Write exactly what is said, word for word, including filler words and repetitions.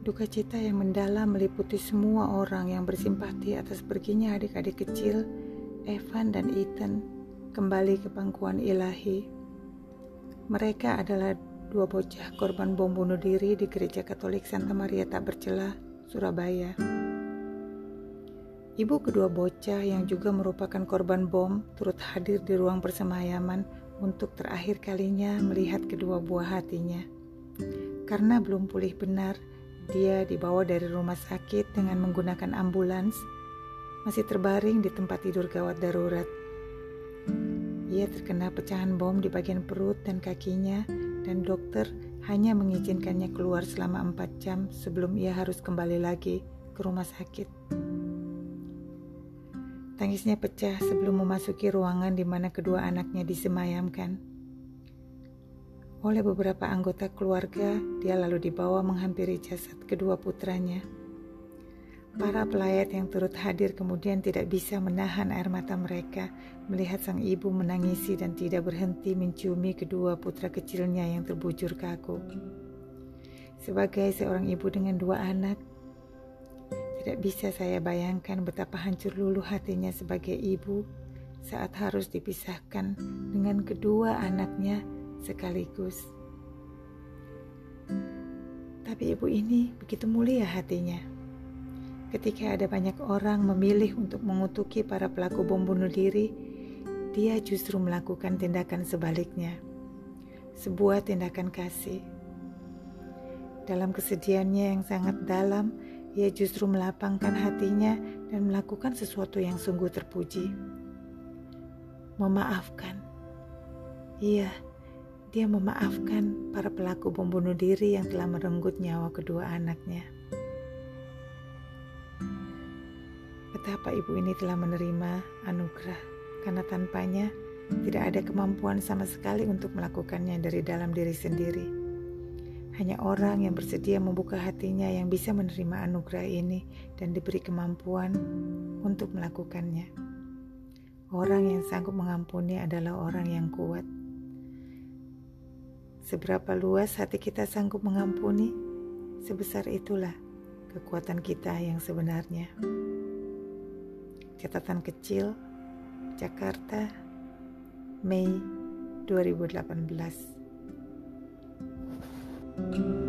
Duka cita yang mendalam meliputi semua orang yang bersimpati atas perginya adik-adik kecil, Evan dan Ethan, kembali ke pangkuan ilahi. Mereka adalah dua bocah korban bom bunuh diri di Gereja Katolik Santa Maria Tak Bercelah, Surabaya. Ibu kedua bocah yang juga merupakan korban bom turut hadir di ruang persemayaman untuk terakhir kalinya melihat kedua buah hatinya. Karena belum pulih benar, dia dibawa dari rumah sakit dengan menggunakan ambulans, masih terbaring di tempat tidur gawat darurat. Ia terkena pecahan bom di bagian perut dan kakinya, dan dokter hanya mengizinkannya keluar selama empat jam sebelum ia harus kembali lagi ke rumah sakit. Tangisnya pecah sebelum memasuki ruangan di mana kedua anaknya disemayamkan. Oleh beberapa anggota keluarga, dia lalu dibawa menghampiri jasad kedua putranya. Para pelayat yang turut hadir kemudian tidak bisa menahan air mata mereka melihat sang ibu menangisi dan tidak berhenti menciumi kedua putra kecilnya yang terbujur kaku. Sebagai seorang ibu dengan dua anak, tidak bisa saya bayangkan betapa hancur luluh hatinya sebagai ibu saat harus dipisahkan dengan kedua anaknya sekaligus. Tapi ibu ini begitu mulia hatinya. Ketika ada banyak orang memilih untuk mengutuki para pelaku bom bunuh diri, dia justru melakukan tindakan sebaliknya. Sebuah tindakan kasih. Dalam kesedihannya yang sangat dalam, ia justru melapangkan hatinya dan melakukan sesuatu yang sungguh terpuji. Memaafkan. Iya, dia memaafkan para pelaku bom bunuh diri yang telah merenggut nyawa kedua anaknya. Betapa ibu ini telah menerima anugerah, karena tanpanya tidak ada kemampuan sama sekali untuk melakukannya dari dalam diri sendiri. Hanya orang yang bersedia membuka hatinya yang bisa menerima anugerah ini dan diberi kemampuan untuk melakukannya. Orang yang sanggup mengampuni adalah orang yang kuat. Seberapa luas hati kita sanggup mengampuni, sebesar itulah kekuatan kita yang sebenarnya. Catatan kecil, Jakarta, Mei dua ribu delapan belas.